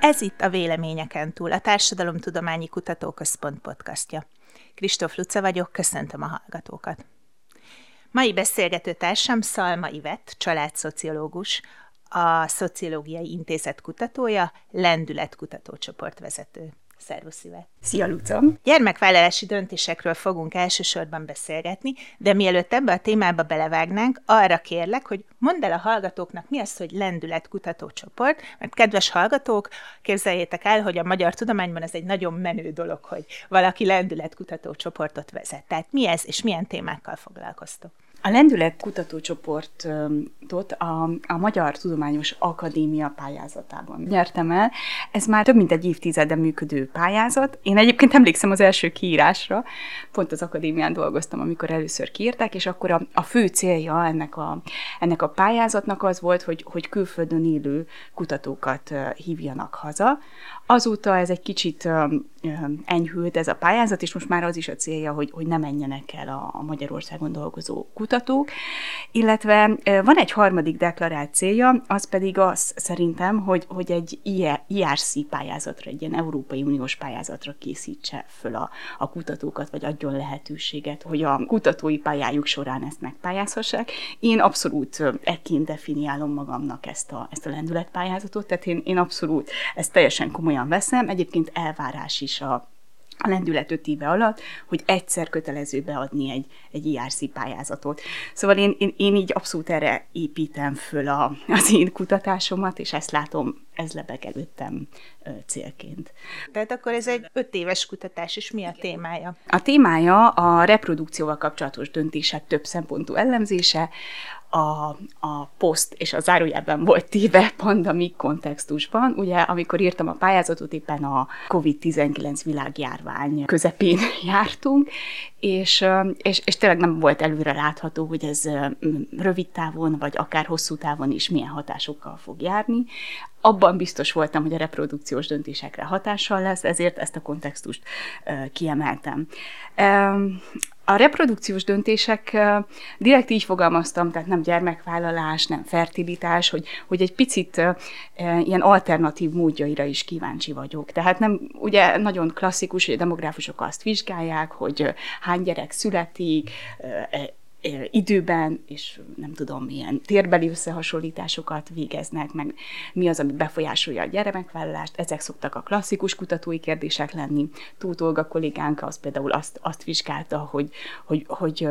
Ez itt a Véleményeken túl, a Társadalomtudományi Kutatóközpont podcastja. Kristóf Luca vagyok, köszöntöm a hallgatókat. Mai beszélgető társam Szalma Ivett, családszociológus, a Szociológiai Intézet kutatója, lendületkutatócsoport vezető. Szervusz, Ivett! Szia, Luca! Gyermekvállalási döntésekről fogunk elsősorban beszélgetni, de mielőtt ebbe a témába belevágnánk, arra kérlek, hogy mondd el a hallgatóknak, mi az, hogy lendületkutatócsoport, mert kedves hallgatók, képzeljétek el, hogy a magyar tudományban ez egy nagyon menő dolog, hogy valaki lendületkutatócsoportot vezet. Tehát mi ez, és milyen témákkal foglalkoztok? A lendületkutatócsoportot a Magyar Tudományos Akadémia pályázatában nyertem el. Ez már több mint egy évtizede működő pályázat. Én egyébként emlékszem az első kiírásra, pont az akadémián dolgoztam, amikor először kiírták, és akkor a fő célja ennek a pályázatnak az volt, hogy külföldön élő kutatókat hívjanak haza. Azóta ez egy kicsit enyhült ez a pályázat, és most már az is a célja, hogy ne menjenek el a Magyarországon dolgozó kutatók. Illetve van egy harmadik deklarált célja, az pedig az szerintem, hogy egy IRC pályázatra, egy ilyen Európai Uniós pályázatra készítse föl a kutatókat, vagy adjon lehetőséget, hogy a kutatói pályájuk során ezt megpályázhassák. Én abszolút ekként definiálom magamnak ezt a lendületpályázatot, tehát én abszolút ezt teljesen komolyan veszem. Egyébként elvárás is a lendület 5 éve alatt, hogy egyszer kötelező beadni egy IRC pályázatot. Szóval én így abszolút erre építem föl az én kutatásomat, és ezt látom, ez lebeg előttem célként. Tehát akkor ez egy 5 éves kutatás, és mi a témája? A témája a reprodukcióval kapcsolatos döntések több szempontú elemzése, a poszt és a zárójelben volt téve pandemik kontextusban. Ugye, amikor írtam a pályázatot, éppen a COVID-19 világjárvány közepén jártunk, és tényleg nem volt előre látható, hogy ez rövid távon, vagy akár hosszú távon is milyen hatásokkal fog járni. Abban biztos voltam, hogy a reprodukciós döntésekre hatással lesz, ezért ezt a kontextust kiemeltem. A reprodukciós döntések, direkt így fogalmaztam, tehát nem gyermekvállalás, nem fertilitás, hogy egy picit ilyen alternatív módjaira is kíváncsi vagyok. Tehát nem, ugye nagyon klasszikus, hogy a demográfusok azt vizsgálják, hogy hány gyerek születik, időben, és nem tudom, milyen térbeli összehasonlításokat végeznek, meg mi az, ami befolyásolja a gyermekvállalást. Ezek szoktak a klasszikus kutatói kérdések lenni. Tóth Olga kollégánk az például azt vizsgálta, hogy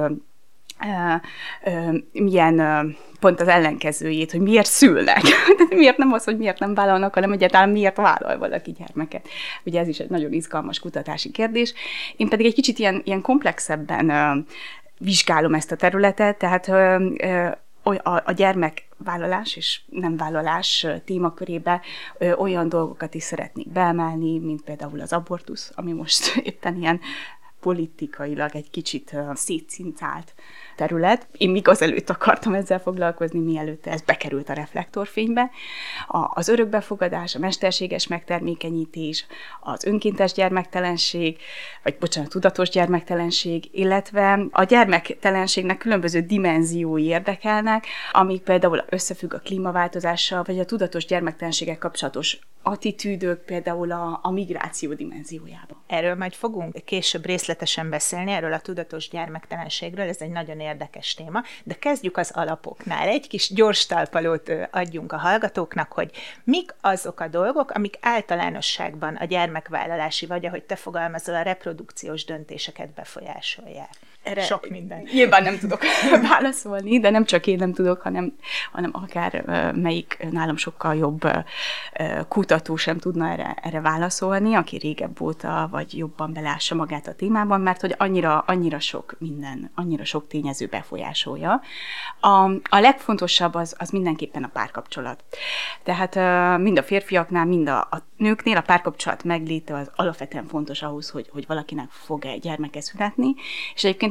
milyen pont az ellenkezőjét, hogy miért szülnek. Miért nem az, hogy miért nem vállalnak, hanem egyáltalán miért vállal valaki gyermeket. Ugye ez is egy nagyon izgalmas kutatási kérdés. Én pedig egy kicsit ilyen komplexebben vizsgálom ezt a területet, tehát a gyermekvállalás és nem vállalás témakörébe olyan dolgokat is szeretnék beemelni, mint például az abortusz, ami most éppen ilyen politikailag egy kicsit szétszincált terület. Én még azelőtt akartam ezzel foglalkozni, mielőtt ez bekerült a reflektorfénybe. Az örökbefogadás, a mesterséges megtermékenyítés, az önkéntes gyermektelenség, tudatos gyermektelenség, illetve a gyermektelenségnek különböző dimenziói érdekelnek, amik például összefügg a klímaváltozással, vagy a tudatos gyermektelenséggel kapcsolatos attitűdök, például a migráció dimenziójában. Erről majd fogunk később részletesen beszélni, erről a tudatos gyermektelenségről, ez egy nagyon érdekes téma, de kezdjük az alapoknál. Egy kis gyors talpalót adjunk a hallgatóknak, hogy mik azok a dolgok, amik általánosságban a gyermekvállalási, vagy ahogy te fogalmazol, a reprodukciós döntéseket befolyásolják. Erre sok minden. Nyilván nem tudok válaszolni, de nem csak én nem tudok, hanem akár melyik nálam sokkal jobb kutató sem tudna erre válaszolni, aki régebb óta, vagy jobban belássa magát a témában, mert hogy annyira sok minden, annyira sok tényező befolyásolja. A legfontosabb az mindenképpen a párkapcsolat. Tehát mind a férfiaknál, mind a nőknél a párkapcsolat megléte az alapvetően fontos ahhoz, hogy valakinek fog-e gyermeke születni, és egyébként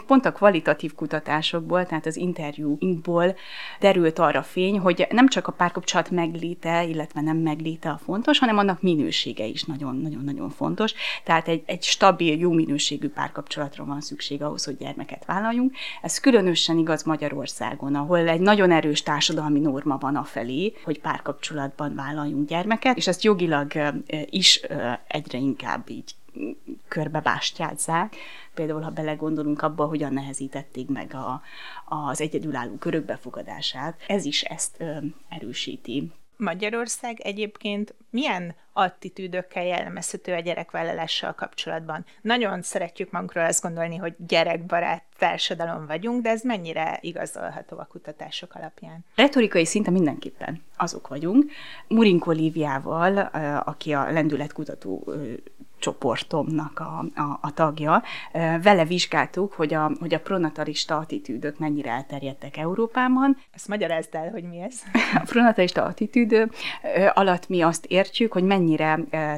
egyébként pont a kvalitatív kutatásokból, tehát az interjúinkból derült arra fény, hogy nem csak a párkapcsolat megléte, illetve nem megléte a fontos, hanem annak minősége is nagyon-nagyon fontos. Tehát egy stabil, jó minőségű párkapcsolatra van szükség ahhoz, hogy gyermeket vállaljunk. Ez különösen igaz Magyarországon, ahol egy nagyon erős társadalmi norma van afelé, hogy párkapcsolatban vállaljunk gyermeket, és ezt jogilag is egyre inkább így körbebástyázzák. Például, ha belegondolunk abba, hogyan nehezítették meg az egyedülálló körök befogadását, ez is ezt erősíti. Magyarország egyébként milyen attitűdökkel jellemezhető a gyerekvállalással kapcsolatban? Nagyon szeretjük magunkról azt gondolni, hogy gyerekbarát társadalom vagyunk, de ez mennyire igazolható a kutatások alapján? Retorikai szinten mindenképpen azok vagyunk. Murinko Líviával, aki a lendületkutató csoportomnak a tagja, vele vizsgáltuk, hogy a pronatalista attitűdök mennyire elterjedtek Európában. Ezt magyarázd el, hogy mi ez? A pronatalista attitűd alatt mi azt értjük, hogy mennyire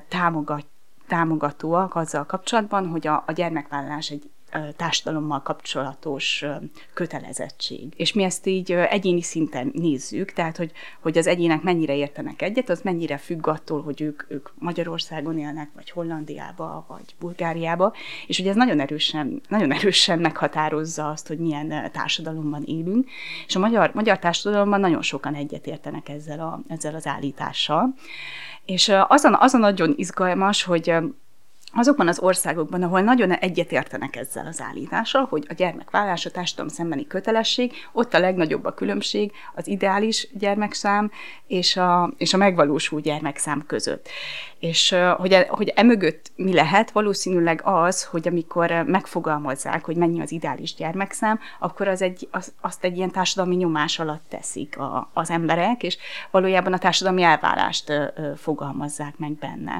támogatóak azzal kapcsolatban, hogy a gyermekvállalás egy társadalommal kapcsolatos kötelezettség. És mi ezt így egyéni szinten nézzük, tehát hogy az egyének mennyire értenek egyet, az mennyire függ attól, hogy ők Magyarországon élnek, vagy Hollandiába, vagy Bulgáriába, és ugye ez nagyon erősen meghatározza azt, hogy milyen társadalomban élünk, és a magyar társadalomban nagyon sokan egyet értenek ezzel az állítással. És azon nagyon izgalmas, hogy azokban az országokban, ahol nagyon egyetértenek ezzel az állítással, hogy a gyermekvállalás a társadalom szembeni kötelesség, ott a legnagyobb a különbség az ideális gyermekszám és a megvalósul gyermekszám között. És hogy emögött mi lehet, valószínűleg az, hogy amikor megfogalmazzák, hogy mennyi az ideális gyermekszám, akkor azt egy ilyen társadalmi nyomás alatt teszik az emberek, és valójában a társadalmi elvárást fogalmazzák meg benne.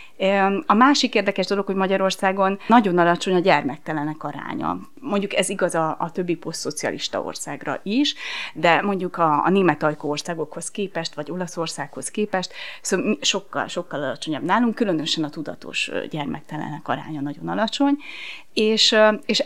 A másik érdekes dolog, hogy Magyarországon nagyon alacsony a gyermektelenek aránya. Mondjuk ez igaz a többi posztszocialista országra is, de mondjuk a német ajkó országokhoz képest, vagy Olaszországhoz képest, szóval sokkal alacsonyabb nálunk, különösen a tudatos gyermektelenek aránya nagyon alacsony, és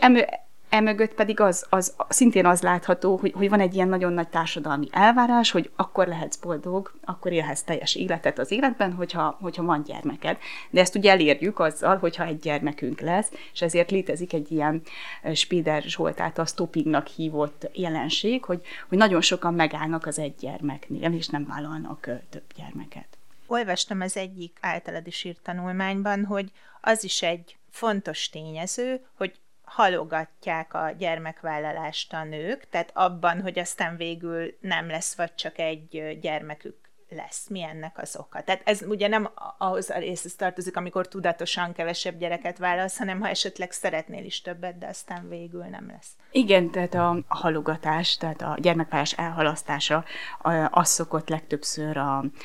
emögött pedig az szintén az látható, hogy van egy ilyen nagyon nagy társadalmi elvárás, hogy akkor lehetsz boldog, akkor élhetsz teljes életet az életben, hogyha van gyermeked. De ezt ugye elérjük azzal, hogyha egy gyermekünk lesz, és ezért létezik egy ilyen Spéder Zsolt által stoppingnak hívott jelenség, hogy nagyon sokan megállnak az egy gyermeknél, és nem vállalnak több gyermeket. Olvastam az egyik általad is írt tanulmányban, hogy az is egy fontos tényező, hogy halogatják a gyermekvállalást a nők, tehát abban, hogy aztán végül nem lesz, vagy csak egy gyermekük lesz. Mi ennek az oka? Tehát ez ugye nem ahhoz a részhez tartozik, amikor tudatosan kevesebb gyereket vállalsz, hanem ha esetleg szeretnél is többet, de aztán végül nem lesz. Igen, tehát a halogatás, tehát a gyermekvállalás elhalasztása az szokott legtöbbször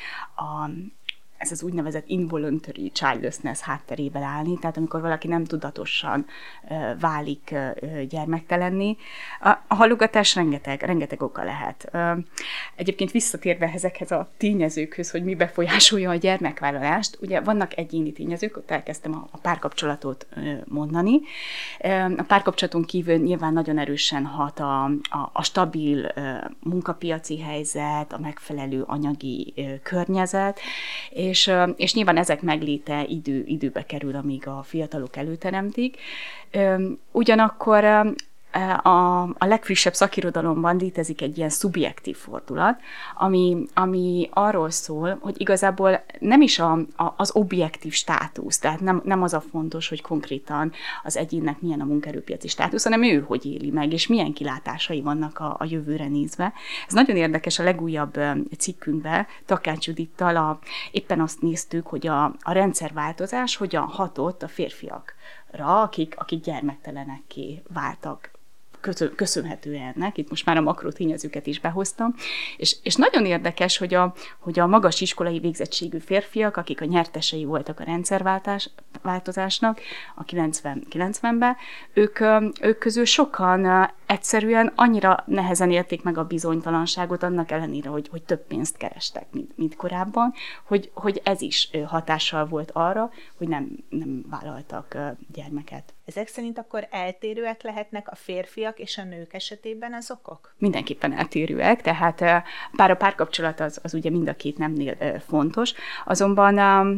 ez az úgynevezett involuntary childlessness hátterével állni, tehát amikor valaki nem tudatosan válik gyermektelenné. A halogatás rengeteg oka lehet. Egyébként visszatérve ezekhez a tényezőkhöz, hogy mi befolyásolja a gyermekvállalást, ugye vannak egyéni tényezők, ott elkezdtem a párkapcsolatot mondani. A párkapcsolaton kívül nyilván nagyon erősen hat a stabil munkapiaci helyzet, a megfelelő anyagi környezet, és nyilván ezek megléte időbe kerül, amíg a fiatalok előteremtik. Ugyanakkor a legfrissebb szakirodalomban létezik egy ilyen szubjektív fordulat, ami arról szól, hogy igazából nem is az objektív státusz, tehát nem az a fontos, hogy konkrétan az egyénnek milyen a munkaerőpiaci státusz, hanem ő hogy éli meg, és milyen kilátásai vannak a jövőre nézve. Ez nagyon érdekes, a legújabb cikkünkben Takács Judittal éppen azt néztük, hogy a rendszerváltozás hogyan hatott a férfiakra, akik gyermektelenekké váltak köszönhetően ennek, itt most már a makrotényezőket is behoztam, és nagyon érdekes, hogy a magas iskolai végzettségű férfiak, akik a nyertesei voltak a rendszerváltozásnak a 90-ben, ők közül sokan egyszerűen annyira nehezen élték meg a bizonytalanságot, annak ellenére, hogy több pénzt kerestek, mint korábban, hogy ez is hatással volt arra, hogy nem vállaltak gyermeket. ezek szerint akkor eltérőek lehetnek a férfiak és a nők esetében az okok? Mindenképpen eltérőek, tehát bár a párkapcsolat az ugye mind a két nemnél fontos, azonban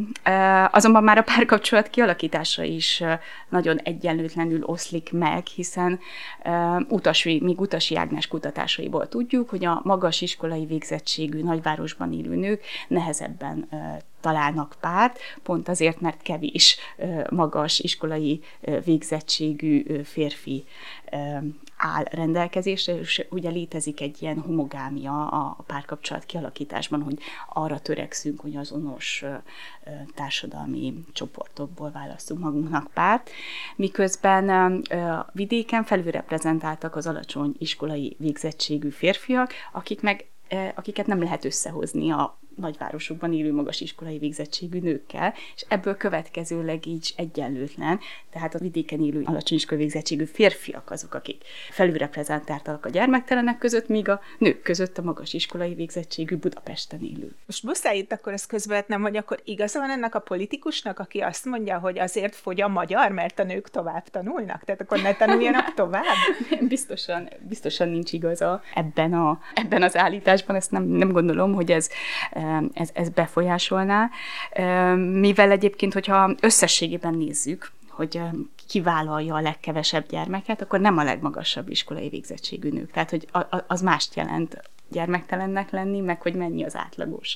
már a párkapcsolat kialakítása is nagyon egyenlőtlenül oszlik meg, hiszen még Utasi Ágnes kutatásaiból tudjuk, hogy a magas iskolai végzettségű nagyvárosban élő nők nehezebben találnak párt, pont azért, mert kevés magas iskolai végzettségű férfi áll rendelkezésre, és ugye létezik egy ilyen homogámia a párkapcsolat kialakításban, hogy arra törekszünk, hogy azonos társadalmi csoportokból választunk magunknak párt, miközben vidéken felülreprezentáltak az alacsony iskolai végzettségű férfiak, akiket nem lehet összehozni a nagyvárosokban élő magas iskolai végzettségű nőkkel, és ebből következőleg így egyenlőtlen, tehát a vidéken élő alacsony iskolai végzettségű férfiak azok, akik felülreprezentáltak a gyermektelenek között, míg a nők között a magas iskolai végzettségű Budapesten élő. Most muszáj itt akkor ezt közvetnem, hogy akkor igaza van ennek a politikusnak, aki azt mondja, hogy azért fogy a magyar, mert a nők tovább tanulnak? Tehát akkor ne tanuljanak tovább? Biztosan nincs igaza ebben az állításban, ezt nem gondolom, hogy ez befolyásolná, mivel egyébként, hogyha összességében nézzük, hogy ki vállalja a legkevesebb gyermeket, akkor nem a legmagasabb iskolai végzettségű nők. Tehát, hogy az mást jelent gyermektelennek lenni, meg hogy mennyi az átlagos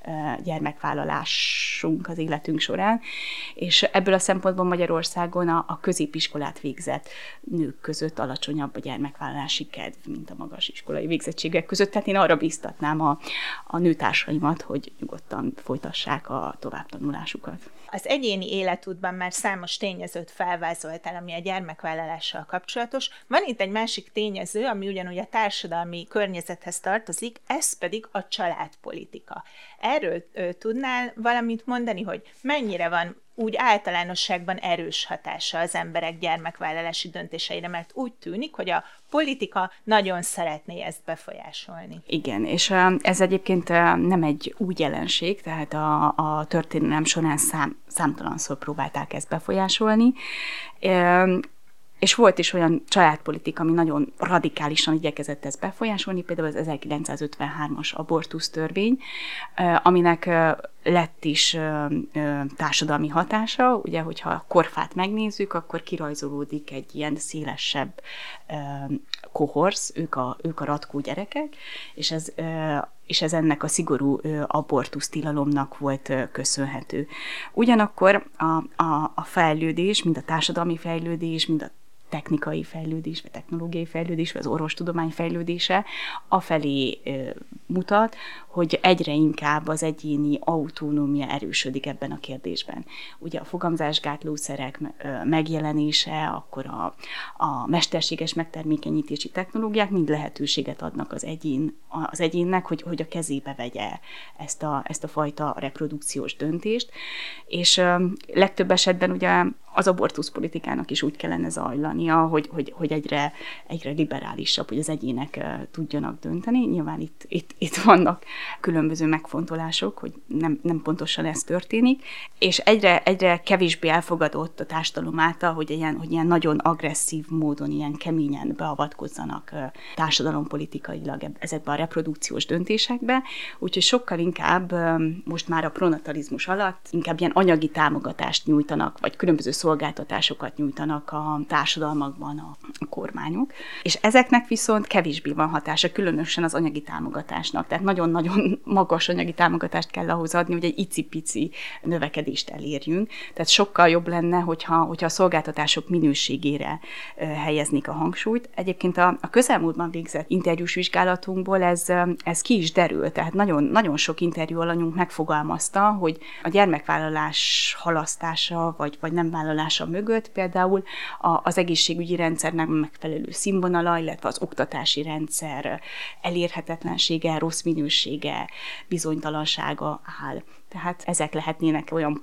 gyermekvállalásunk az életünk során. És ebből a szempontból Magyarországon a középiskolát végzett nők között alacsonyabb a gyermekvállalási kedv, mint a magas iskolai végzettségek között. Tehát én arra bíztatnám a nőtársaimat, hogy nyugodtan folytassák a továbbtanulásukat. Az egyéni életútban már számos tényezőt felvázoltál, ami a gyermekvállalással kapcsolatos. Van itt egy másik tényező, ami ugyanúgy a társadalmi környezethez tartozik, ez pedig a családpolitika. Erről tudnál valamit mondani, hogy mennyire van úgy általánosságban erős hatása az emberek gyermekvállalási döntéseire, mert úgy tűnik, hogy a politika nagyon szeretné ezt befolyásolni. Igen, és ez egyébként nem egy új jelenség, tehát a történelem során számtalanszor próbálták ezt befolyásolni. És volt is olyan családpolitika, ami nagyon radikálisan igyekezett ezt befolyásolni, például az 1953-as abortusz törvény, aminek lett is társadalmi hatása. Ugye, hogyha a korfát megnézzük, akkor kirajzolódik egy ilyen szélesebb kohorsz, ők a ratkó gyerekek, és ez ennek a szigorú abortusztilalomnak volt köszönhető. Ugyanakkor a fejlődés, mind a társadalmi fejlődés, mind a technikai fejlődés, vagy technológiai fejlődés, vagy az orvostudomány fejlődése afelé mutat, hogy egyre inkább az egyéni autonómia erősödik ebben a kérdésben. Ugye a fogamzásgátlószerek megjelenése, akkor a mesterséges megtermékenyítési technológiák mind lehetőséget adnak az egyénnek, hogy a kezébe vegye ezt a fajta reprodukciós döntést, és legtöbb esetben ugye az abortuszpolitikának is úgy kellene zajlania, hogy egyre liberálisabb, hogy az egyének tudjanak dönteni. Nyilván itt vannak különböző megfontolások, hogy nem pontosan ez történik, és egyre kevésbé elfogadott a társadalom által, hogy ilyen nagyon agresszív módon, ilyen keményen beavatkozzanak társadalompolitikailag ezekbe a reprodukciós döntésekbe, úgyhogy sokkal inkább most már a pronatalizmus alatt inkább ilyen anyagi támogatást nyújtanak, vagy különböző szolgáltatásokat nyújtanak a társadalmakban a kormányok, és ezeknek viszont kevésbé van hatása, különösen az anyagi támogatásnak. Tehát nagyon-nagyon magas anyagi támogatást kell ahhoz adni, hogy egy icipici növekedést elérjünk. Tehát sokkal jobb lenne, hogyha a szolgáltatások minőségére helyeznék a hangsúlyt. Egyébként a közelmúltban végzett interjús vizsgálatunkból ez ki is derül. Tehát nagyon, nagyon sok interjú alanyunk megfogalmazta, hogy a gyermekvállalás halasztása, vagy nem vállalása mögött például az egészségügyi rendszernek megfelelő színvonala, illetve az oktatási rendszer elérhetetlensége, rossz minősége, bizonytalansága áll. Tehát ezek lehetnének olyan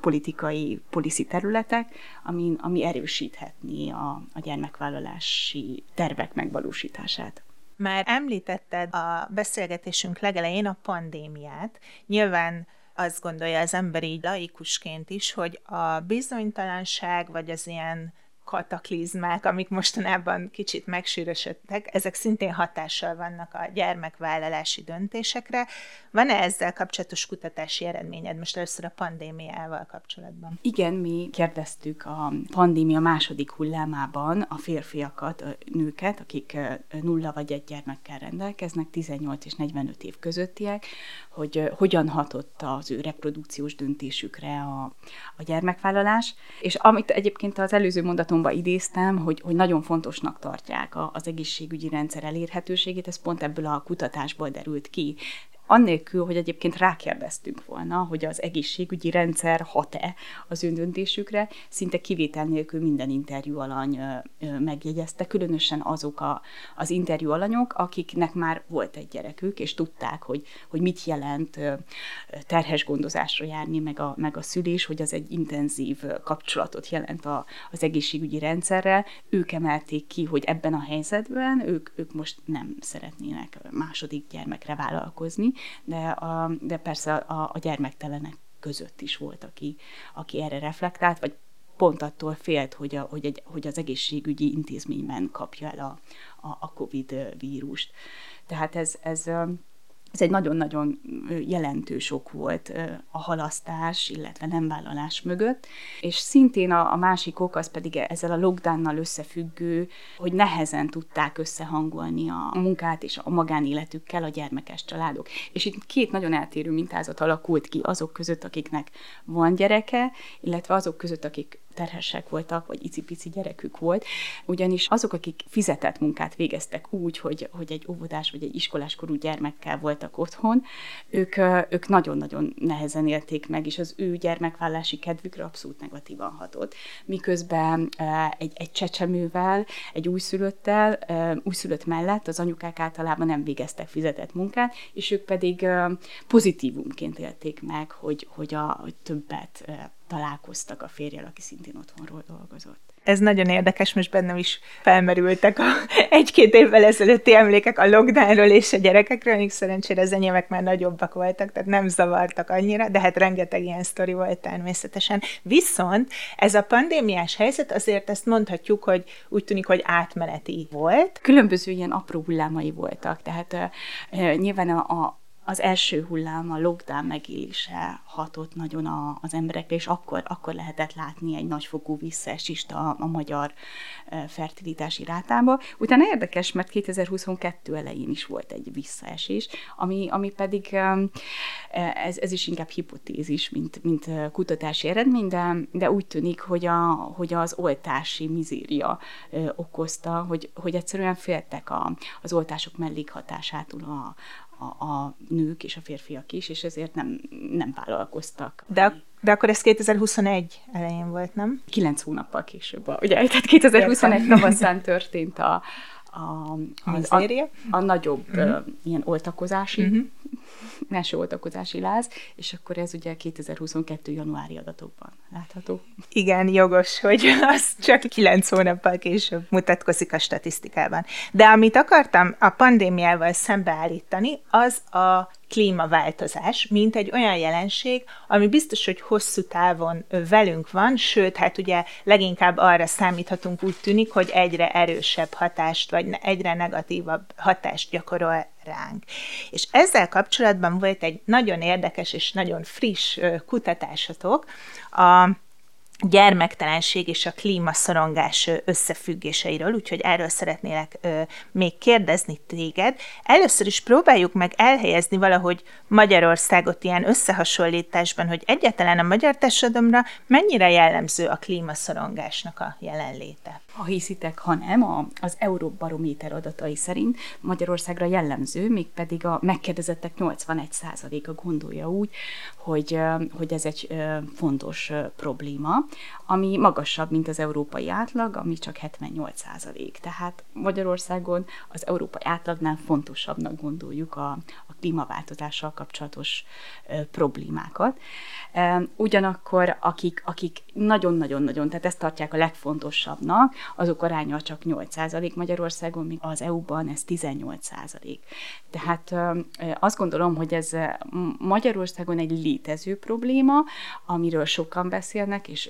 policy területek, ami erősíthetné a gyermekvállalási tervek megvalósítását. Már említetted a beszélgetésünk legelején a pandémiát. Nyilván azt gondolja az ember így laikusként is, hogy a bizonytalanság, vagy az ilyen kataklizmák, amik mostanában kicsit megsűrösödtek, ezek szintén hatással vannak a gyermekvállalási döntésekre. Van-e ezzel kapcsolatos kutatási eredményed most először a pandémiával kapcsolatban? Igen, mi kérdeztük a pandémia második hullámában a férfiakat, a nőket, akik 0 vagy 1 gyermekkel rendelkeznek, 18 és 45 év közöttiek, hogy hogyan hatott az ő reprodukciós döntésükre a gyermekvállalás. És amit egyébként az előző mondatomban idéztem, hogy nagyon fontosnak tartják az egészségügyi rendszer elérhetőségét, ez pont ebből a kutatásból derült ki. Annélkül, hogy egyébként rákérdeztünk volna, hogy az egészségügyi rendszer hat-e az öndöntésükre, szinte kivétel nélkül minden interjú alany megjegyezte, különösen azok az interjú alanyok, akiknek már volt egy gyerekük, és tudták, hogy mit jelent terhes gondozásra járni, meg a szülés, hogy az egy intenzív kapcsolatot jelent az egészségügyi rendszerrel. Ők emelték ki, hogy ebben a helyzetben ők most nem szeretnének második gyermekre vállalkozni, de persze a gyermektelenek között is volt, aki erre reflektált, vagy pont attól félt, hogy az egészségügyi intézményben kapja el a COVID vírust. Tehát ez egy nagyon-nagyon jelentős ok volt a halasztás, illetve nem vállalás mögött, és szintén a másik ok az pedig ezzel a lockdownnal összefüggő, hogy nehezen tudták összehangolni a munkát és a magánéletükkel a gyermekes családok. És itt 2 nagyon eltérő mintázat alakult ki azok között, akiknek van gyereke, illetve azok között, akik terhesek voltak, vagy icipici gyerekük volt, ugyanis azok, akik fizetett munkát végeztek úgy, hogy egy óvodás vagy egy iskoláskorú gyermekkel voltak otthon, ők nagyon-nagyon nehezen élték meg, és az ő gyermekvállási kedvükre abszolút negatívan hatott. Miközben egy csecsemővel, egy újszülött mellett az anyukák általában nem végeztek fizetett munkát, és ők pedig pozitívumként élték meg, hogy többet találkoztak a férjel, aki szintén otthonról dolgozott. Ez nagyon érdekes, most bennem is felmerültek 1-2 évvel ezelőtti emlékek a lockdownról és a gyerekekről, még szerencsére az enyémek már nagyobbak voltak, tehát nem zavartak annyira, de hát rengeteg ilyen sztori volt természetesen. Viszont ez a pandémiás helyzet, azért ezt mondhatjuk, hogy úgy tűnik, hogy átmeneti volt. Különböző ilyen apró hullámai voltak, tehát nyilván az első hullám, a lockdown megélése hatott nagyon az emberekre, és akkor lehetett látni egy nagyfokú visszaesést a magyar fertilitási rátába. Utána érdekes, mert 2022 elején is volt egy visszaesés, ami pedig ez is inkább hipotézis, mint kutatási eredmény, de úgy tűnik, hogy az oltási mizéria okozta, hogy egyszerűen féltek az oltások mellékhatásától a nők és a férfiak is, és ezért nem vállalkoztak. De akkor ez 2021 elején volt, nem? 9 hónappal később. Ugye, tehát 2021 tavaszán történt a nagyobb ilyen oltakozási, első oltakozási láz, és akkor ez ugye 2022. januári adatokban látható. Igen, jogos, hogy az csak 9 hónappal később mutatkozik a statisztikában. De amit akartam a pandémiával szembeállítani, az a klímaváltozás, mint egy olyan jelenség, ami biztos, hogy hosszú távon velünk van, sőt, hát ugye leginkább arra számíthatunk, úgy tűnik, hogy egyre erősebb hatást, vagy egyre negatívabb hatást gyakorol ránk. És ezzel kapcsolatban volt egy nagyon érdekes és nagyon friss kutatásotok, a gyermektelenség és a klímaszorongás összefüggéseiről, úgyhogy erről szeretnélek még kérdezni téged. Először is próbáljuk meg elhelyezni valahogy Magyarországot ilyen összehasonlításban, hogy egyáltalán a magyar társadalomra mennyire jellemző a klímaszorongásnak a jelenléte. Ha hiszitek, ha nem, az Euróbarométer adatai szerint Magyarországra jellemző, mégpedig a megkérdezettek 81%-a gondolja úgy, hogy ez egy fontos probléma, ami magasabb, mint az európai átlag, ami csak 78%. Tehát Magyarországon az európai átlagnál fontosabbnak gondoljuk a klímaváltozással kapcsolatos problémákat. Ugyanakkor akik nagyon-nagyon-nagyon, tehát ezt tartják a legfontosabbnak, azok aránya csak 8% Magyarországon, míg az EU-ban ez 18%. Tehát azt gondolom, hogy ez Magyarországon egy létező probléma, amiről sokan beszélnek,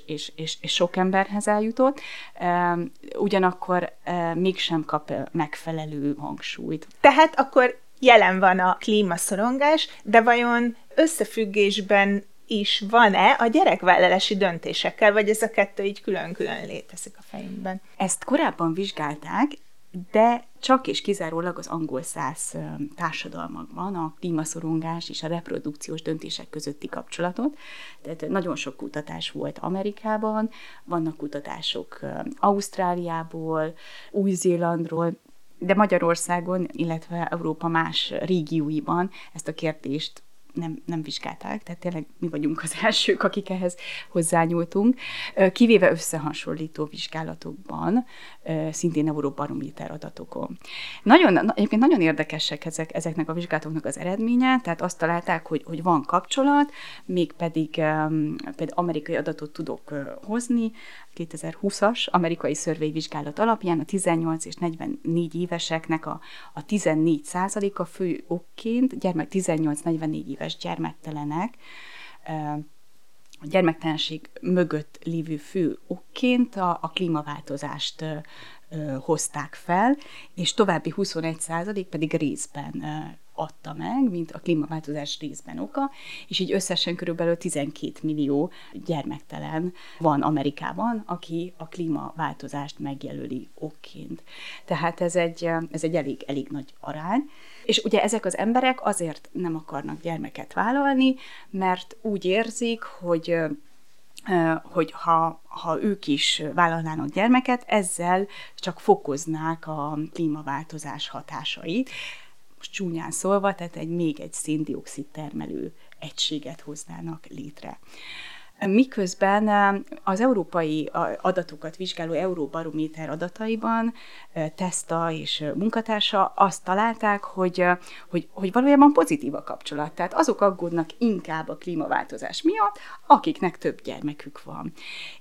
és sok emberhez eljutott, ugyanakkor mégsem kap megfelelő hangsúlyt. Tehát akkor jelen van a klímaszorongás, de vajon összefüggésben is van-e a gyerekvállalási döntésekkel, vagy ez a kettő így külön-külön létezik a fejünkben? Ezt korábban vizsgálták, de csak és kizárólag az angol száz társadalmakban a klímaszorongás és a reprodukciós döntések közötti kapcsolatot. Tehát nagyon sok kutatás volt Amerikában, vannak kutatások Ausztráliából, Új-Zélandról, de Magyarországon, illetve Európa más régióiban ezt a kérdést nem vizsgálták, tehát tényleg mi vagyunk az elsők, akik ehhez hozzányúltunk, kivéve összehasonlító vizsgálatokban, szintén Euróbarométer adatokon. Egyébként nagyon érdekesek ezeknek a vizsgálatoknak az eredménye, tehát azt találták, hogy van kapcsolat, mégpedig például amerikai adatot tudok hozni, 2020-as amerikai szörvélyvizsgálat alapján a 18 és 44 éveseknek a 14%-a fő okként 18-44 éves gyermektelenek, a gyermektelenség mögött lévő fő okként a klímaváltozást hozták fel, és további 21% pedig részben adta meg, mint a klímaváltozás részben oka, és így összesen körülbelül 12 millió gyermektelen van Amerikában, aki a klímaváltozást megjelöli okként. Tehát ez egy elég nagy arány. És ugye ezek az emberek azért nem akarnak gyermeket vállalni, mert úgy érzik, hogy ha ők is vállalnának gyermeket, ezzel csak fokoznák a klímaváltozás hatásait. Most csúnyán szólva, tehát még egy szén-dioxid termelő egységet hoznának létre. Miközben az európai adatokat vizsgáló Euróbarométer adataiban Testa és munkatársa azt találták, hogy valójában pozitív a kapcsolat. Tehát azok aggódnak inkább a klímaváltozás miatt, akiknek több gyermekük van.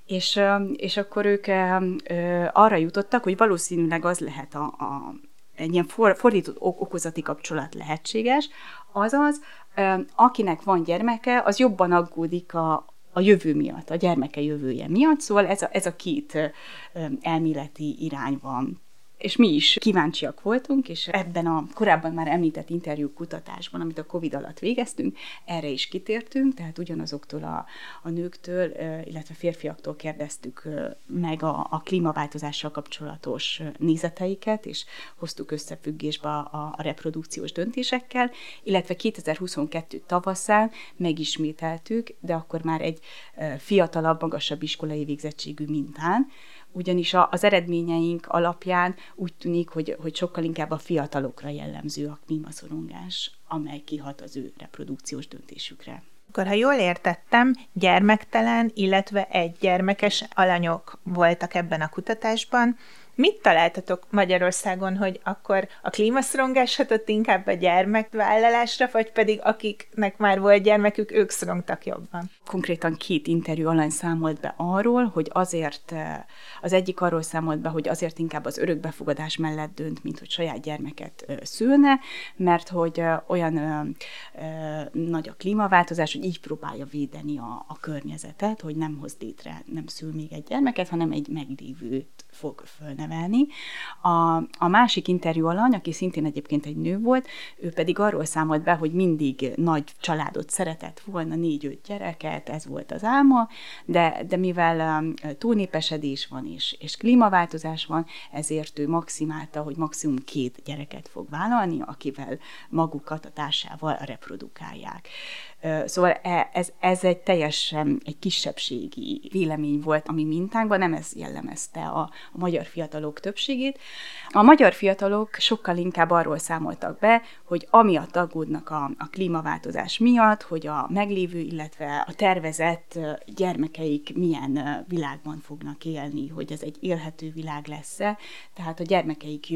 És akkor ők arra jutottak, hogy valószínűleg az lehet egy ilyen fordított okozati kapcsolat lehetséges, azaz, akinek van gyermeke, az jobban aggódik a jövő miatt, a gyermeke jövője miatt, szóval ez a két elméleti irány van. És mi is kíváncsiak voltunk, és ebben a korábban már említett interjúkutatásban, amit a Covid alatt végeztünk, erre is kitértünk, tehát ugyanazoktól a nőktől, illetve férfiaktól kérdeztük meg a klímaváltozással kapcsolatos nézeteiket, és hoztuk összefüggésbe a reprodukciós döntésekkel, illetve 2022 tavaszán megismételtük, de akkor már egy fiatalabb, magasabb iskolai végzettségű mintán, ugyanis az eredményeink alapján úgy tűnik, hogy sokkal inkább a fiatalokra jellemző a klímaszorongás, amely kihat az ő reprodukciós döntésükre. Akkor, ha jól értettem, gyermektelen, illetve egygyermekes alanyok voltak ebben a kutatásban. Mit találtatok Magyarországon, hogy akkor a klímaszorongás hatott inkább a gyermekvállalásra, vagy pedig akiknek már volt gyermekük, ők szorongtak jobban? Konkrétan 2 interjú alany számolt be arról, hogy azért, az egyik arról számolt be, hogy azért inkább az örökbefogadás mellett dönt, mint hogy saját gyermeket szülne, mert hogy olyan nagy a klímaváltozás, hogy így próbálja védeni a környezetet, hogy nem hoz létre, nem szül még egy gyermeket, hanem egy meglévőt fog fölnevelni. A másik interjú alany, aki szintén egyébként egy nő volt, ő pedig arról számolt be, hogy mindig nagy családot szeretett volna, 4-5 gyereket, ez volt az álma, de mivel túlnépesedés van és klímaváltozás van, ezért ő maximálta, hogy maximum 2 gyereket fog vállalni, akivel magukat a társával reprodukálják. Szóval ez egy teljesen egy kisebbségi vélemény volt a mi mintánkban, nem ez jellemezte a magyar fiatalok többségét. A magyar fiatalok sokkal inkább arról számoltak be, hogy amiatt aggódnak a klímaváltozás miatt, hogy a meglévő, illetve a tervezett gyermekeik milyen világban fognak élni, hogy ez egy élhető világ lesz-e, tehát a gyermekeik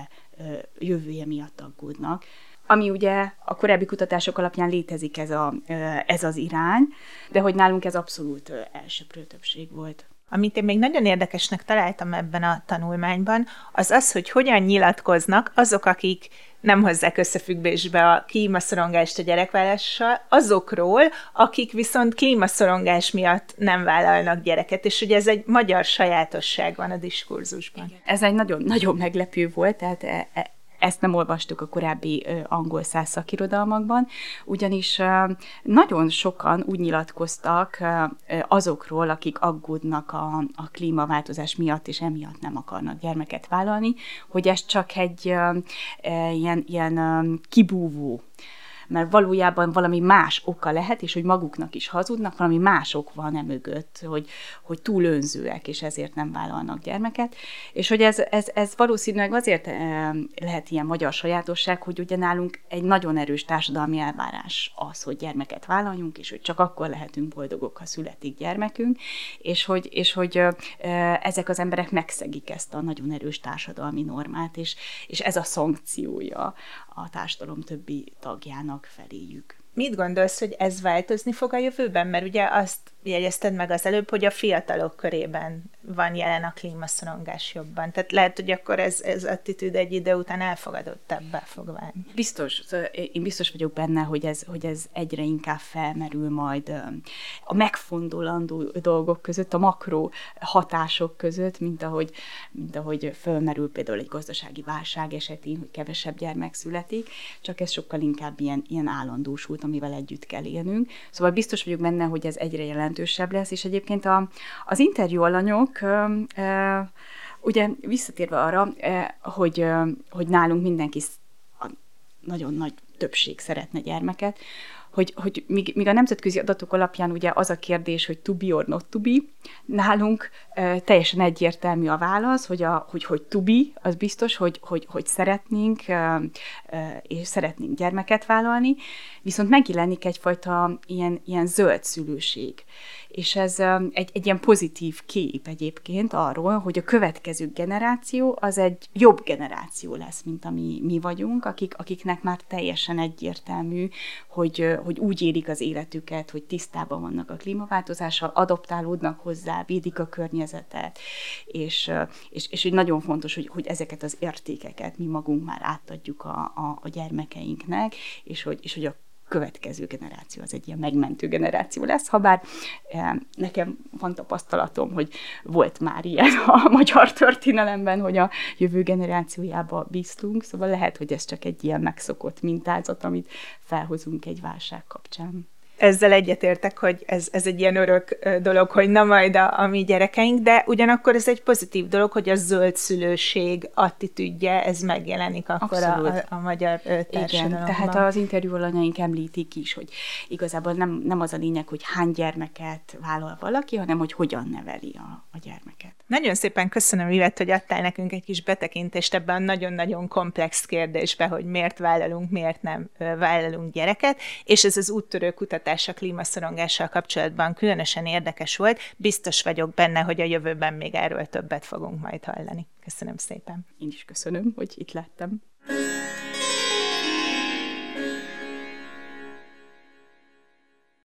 jövője miatt aggódnak. Ami ugye a korábbi kutatások alapján létezik ez az irány, de hogy nálunk ez abszolút elsöprő többség volt. Amit én még nagyon érdekesnek találtam ebben a tanulmányban, az az, hogy hogyan nyilatkoznak azok, akik nem hozzák összefüggésbe a klímaszorongást a gyerekvállalással, azokról, akik viszont klímaszorongás miatt nem vállalnak gyereket, és ugye ez egy magyar sajátosság van a diskurzusban. Igen. Ez egy nagyon meglepő volt, tehát ezt nem olvastuk a korábbi angol száz szakirodalmakban, ugyanis nagyon sokan úgy nyilatkoztak azokról, akik aggódnak a klímaváltozás miatt, és emiatt nem akarnak gyermeket vállalni, hogy ez csak egy ilyen kibúvó, mert valójában valami más oka lehet, és hogy maguknak is hazudnak, valami más ok van emögött, hogy túl önzőek, és ezért nem vállalnak gyermeket. És hogy ez valószínűleg azért lehet ilyen magyar sajátosság, hogy ugye nálunk egy nagyon erős társadalmi elvárás az, hogy gyermeket vállaljunk, és hogy csak akkor lehetünk boldogok, ha születik gyermekünk, és hogy ezek az emberek megszegik ezt a nagyon erős társadalmi normát, és ez a szankciója a társadalom többi tagjának feléjük. Mit gondolsz, hogy ez változni fog a jövőben? Mert ugye azt jegyezted meg az előbb, hogy a fiatalok körében van jelen a klímaszorongás jobban. Tehát lehet, hogy akkor ez attitűd egy idő után elfogadottabbá fog válni. Biztos. Én biztos vagyok benne, hogy ez egyre inkább felmerül majd a megfondolandó dolgok között, a makro hatások között, mint ahogy fölmerül például egy gazdasági válság esetén, hogy kevesebb gyermek születik, csak ez sokkal inkább ilyen állandósult, amivel együtt kell élnünk. Szóval biztos vagyok benne, hogy ez egyre jelentősebb lesz, és egyébként az interjú alanyok, ugye visszatérve arra, hogy nálunk mindenki, a nagyon nagy többség szeretne gyermeket, hogy míg a nemzetközi adatok alapján ugye az a kérdés, hogy to be or not to be, nálunk teljesen egyértelmű a válasz, hogy to be, az biztos, hogy szeretnénk, és szeretnénk gyermeket vállalni, viszont megjelenik egyfajta ilyen zöld szülőség. És ez egy ilyen pozitív kép egyébként arról, hogy a következő generáció az egy jobb generáció lesz, mint ami mi vagyunk, akiknek már teljesen egyértelmű, hogy úgy élik az életüket, hogy tisztában vannak a klímaváltozással, adoptálódnak hozzá, védik a környezetet, és hogy nagyon fontos, hogy ezeket az értékeket mi magunk már átadjuk a gyermekeinknek, és hogy a következő generáció az egy ilyen megmentő generáció lesz, habár nekem van tapasztalatom, hogy volt már ilyen a magyar történelemben, hogy a jövő generációjába bíztunk, szóval lehet, hogy ez csak egy ilyen megszokott mintázat, amit felhozunk egy válság kapcsán. Ezzel egyetértek, hogy ez egy ilyen örök dolog, hogy na majd a mi gyerekeink, de ugyanakkor ez egy pozitív dolog, hogy a zöld szülőség attitűdje, ez megjelenik akkor a magyar társadalomban. Igen, tehát az interjú alanyaink említik is, hogy igazából nem az a lényeg, hogy hány gyermeket vállal valaki, hanem hogy hogyan neveli a gyermeket. Nagyon szépen köszönöm, Ivett, hogy adtál nekünk egy kis betekintést ebben a nagyon-nagyon komplex kérdésbe, hogy miért vállalunk, miért nem vállalunk gyereket, és ez az úttörő kutatás a klímaszorongással kapcsolatban különösen érdekes volt. Biztos vagyok benne, hogy a jövőben még erről többet fogunk majd hallani. Köszönöm szépen. Én is köszönöm, hogy itt lettem.